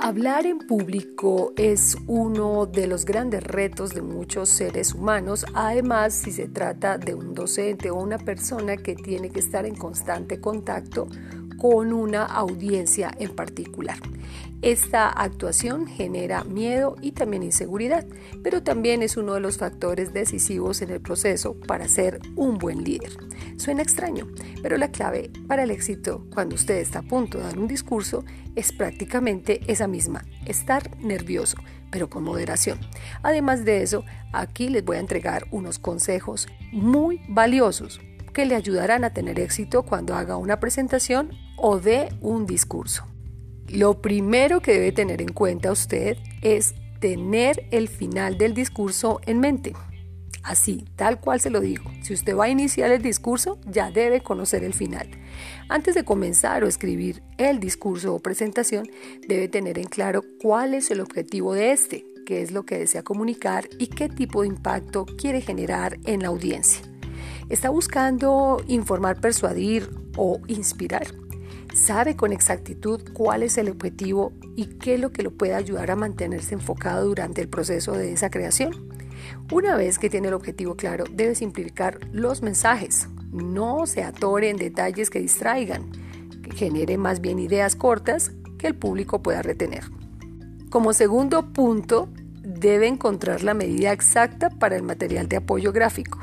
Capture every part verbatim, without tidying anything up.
Hablar en público es uno de los grandes retos de muchos seres humanos, además si se trata de un docente o una persona que tiene que estar en constante contacto con una audiencia en particular. Esta actuación genera miedo y también inseguridad, pero también es uno de los factores decisivos en el proceso para ser un buen líder. Suena extraño, pero la clave para el éxito cuando usted está a punto de dar un discurso es prácticamente esa misma, estar nervioso, pero con moderación. Además de eso, aquí les voy a entregar unos consejos muy valiosos que le ayudarán a tener éxito cuando haga una presentación o dé un discurso. Lo primero que debe tener en cuenta usted es tener el final del discurso en mente. Así, tal cual se lo digo. Si usted va a iniciar el discurso, ya debe conocer el final. Antes de comenzar o escribir el discurso o presentación, debe tener en claro cuál es el objetivo de este, qué es lo que desea comunicar y qué tipo de impacto quiere generar en la audiencia. ¿Está buscando informar, persuadir o inspirar? ¿Sabe con exactitud cuál es el objetivo y qué es lo que lo puede ayudar a mantenerse enfocado durante el proceso de esa creación? Una vez que tiene el objetivo claro, debe simplificar los mensajes. No se atore en detalles que distraigan, que genere más bien ideas cortas que el público pueda retener. Como segundo punto, debe encontrar la medida exacta para el material de apoyo gráfico.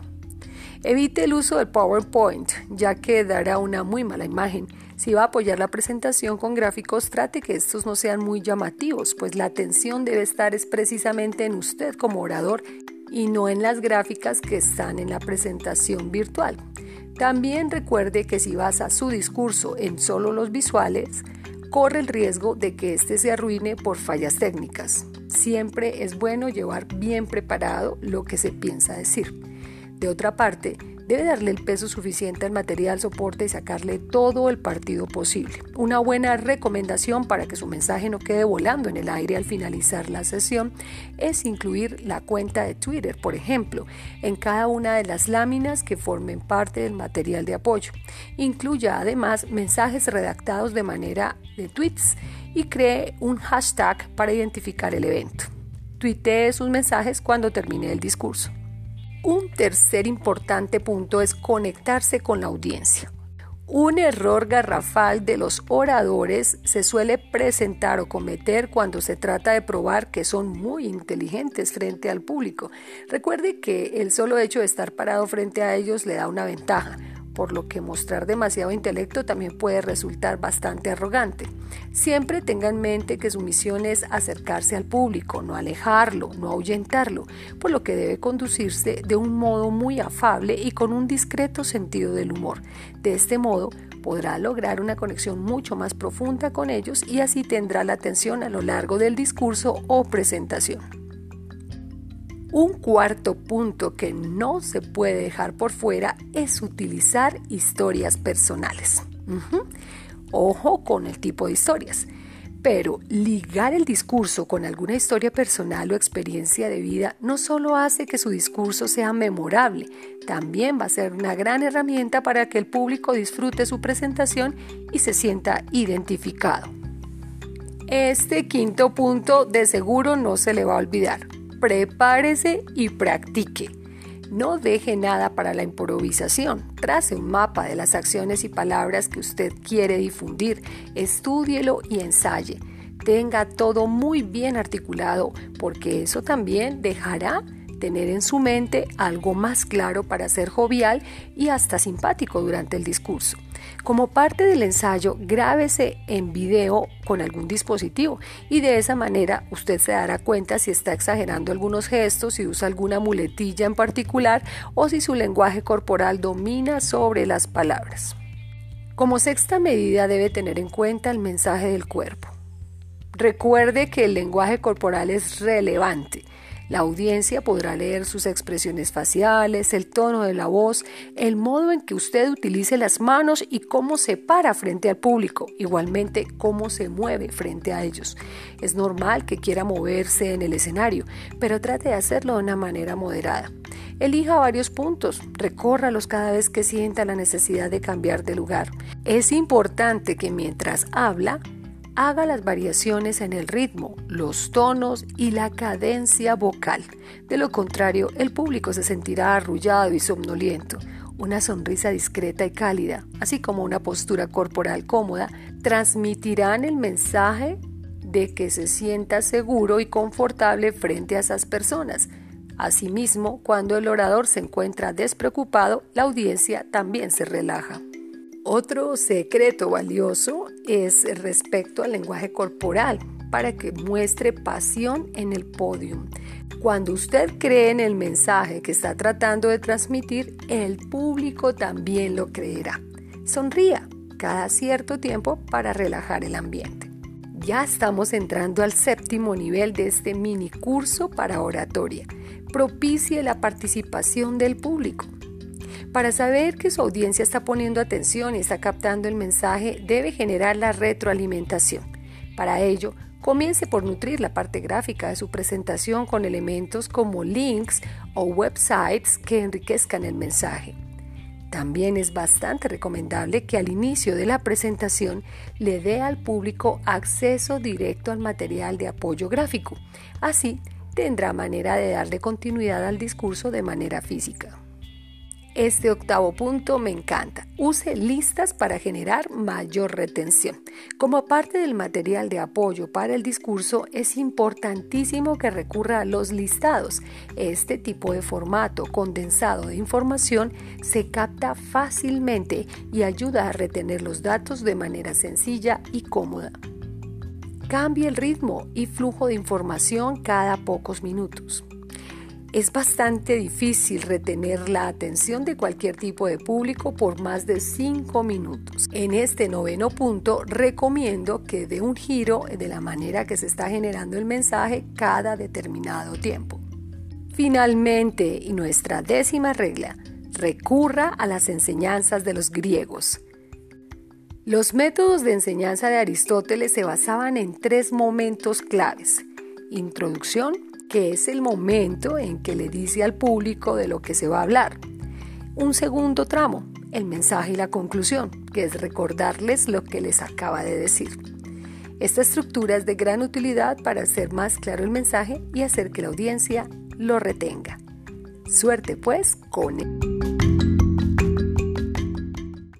Evite el uso del PowerPoint, ya que dará una muy mala imagen. Si va a apoyar la presentación con gráficos, trate que estos no sean muy llamativos, pues la atención debe estar es precisamente en usted como orador y no en las gráficas que están en la presentación virtual. También recuerde que si basa su discurso en solo los visuales, corre el riesgo de que éste se arruine por fallas técnicas. Siempre es bueno llevar bien preparado lo que se piensa decir. De otra parte, debe darle el peso suficiente al material soporte y sacarle todo el partido posible. Una buena recomendación para que su mensaje no quede volando en el aire al finalizar la sesión es incluir la cuenta de Twitter, por ejemplo, en cada una de las láminas que formen parte del material de apoyo. Incluya además mensajes redactados de manera de tweets y cree un hashtag para identificar el evento. Tuitee sus mensajes cuando termine el discurso. Un tercer importante punto es conectarse con la audiencia. Un error garrafal de los oradores se suele presentar o cometer cuando se trata de probar que son muy inteligentes frente al público. Recuerde que el solo hecho de estar parado frente a ellos le da una ventaja, por lo que mostrar demasiado intelecto también puede resultar bastante arrogante. Siempre tenga en mente que su misión es acercarse al público, no alejarlo, no ahuyentarlo, por lo que debe conducirse de un modo muy afable y con un discreto sentido del humor. De este modo, podrá lograr una conexión mucho más profunda con ellos y así tendrá la atención a lo largo del discurso o presentación. Un cuarto punto que no se puede dejar por fuera es utilizar historias personales. Uh-huh. Ojo con el tipo de historias, pero ligar el discurso con alguna historia personal o experiencia de vida no solo hace que su discurso sea memorable, también va a ser una gran herramienta para que el público disfrute su presentación y se sienta identificado. Este quinto punto de seguro no se le va a olvidar. Prepárese y practique. No deje nada para la improvisación. Trace un mapa de las acciones y palabras que usted quiere difundir. Estúdielo y ensaye. Tenga todo muy bien articulado, porque eso también dejará tener en su mente algo más claro para ser jovial y hasta simpático durante el discurso. Como parte del ensayo, grábese en video con algún dispositivo y de esa manera usted se dará cuenta si está exagerando algunos gestos, si usa alguna muletilla en particular o si su lenguaje corporal domina sobre las palabras. Como sexta medida debe tener en cuenta el mensaje del cuerpo. Recuerde que el lenguaje corporal es relevante. La audiencia podrá leer sus expresiones faciales, el tono de la voz, el modo en que usted utilice las manos y cómo se para frente al público, igualmente cómo se mueve frente a ellos. Es normal que quiera moverse en el escenario, pero trate de hacerlo de una manera moderada. Elija varios puntos, recórralos cada vez que sienta la necesidad de cambiar de lugar. Es importante que mientras habla, Haga las variaciones en el ritmo, los tonos y la cadencia vocal. De lo contrario, el público se sentirá arrullado y somnoliento. Una sonrisa discreta y cálida, así como una postura corporal cómoda, transmitirán el mensaje de que se sienta seguro y confortable frente a esas personas. Asimismo, cuando el orador se encuentra despreocupado, la audiencia también se relaja. Otro secreto valioso es respecto al lenguaje corporal para que muestre pasión en el podio. Cuando usted cree en el mensaje que está tratando de transmitir, el público también lo creerá. Sonría cada cierto tiempo para relajar el ambiente. Ya estamos entrando al séptimo nivel de este mini curso para oratoria. Propicie la participación del público. Para saber que su audiencia está poniendo atención y está captando el mensaje, debe generar la retroalimentación. Para ello, comience por nutrir la parte gráfica de su presentación con elementos como links o websites que enriquezcan el mensaje. También es bastante recomendable que al inicio de la presentación le dé al público acceso directo al material de apoyo gráfico. Así, tendrá manera de darle continuidad al discurso de manera física. Este octavo punto me encanta. Use listas para generar mayor retención. Como parte del material de apoyo para el discurso, es importantísimo que recurra a los listados. Este tipo de formato condensado de información se capta fácilmente y ayuda a retener los datos de manera sencilla y cómoda. Cambie el ritmo y flujo de información cada pocos minutos. Es bastante difícil retener la atención de cualquier tipo de público por más de cinco minutos. En este noveno punto, recomiendo que dé un giro de la manera que se está generando el mensaje cada determinado tiempo. Finalmente, y nuestra décima regla, recurra a las enseñanzas de los griegos. Los métodos de enseñanza de Aristóteles se basaban en tres momentos claves: introducción, que es el momento en que le dice al público de lo que se va a hablar. Un segundo tramo, el mensaje y la conclusión, que es recordarles lo que les acaba de decir. Esta estructura es de gran utilidad para hacer más claro el mensaje y hacer que la audiencia lo retenga. Suerte pues con él.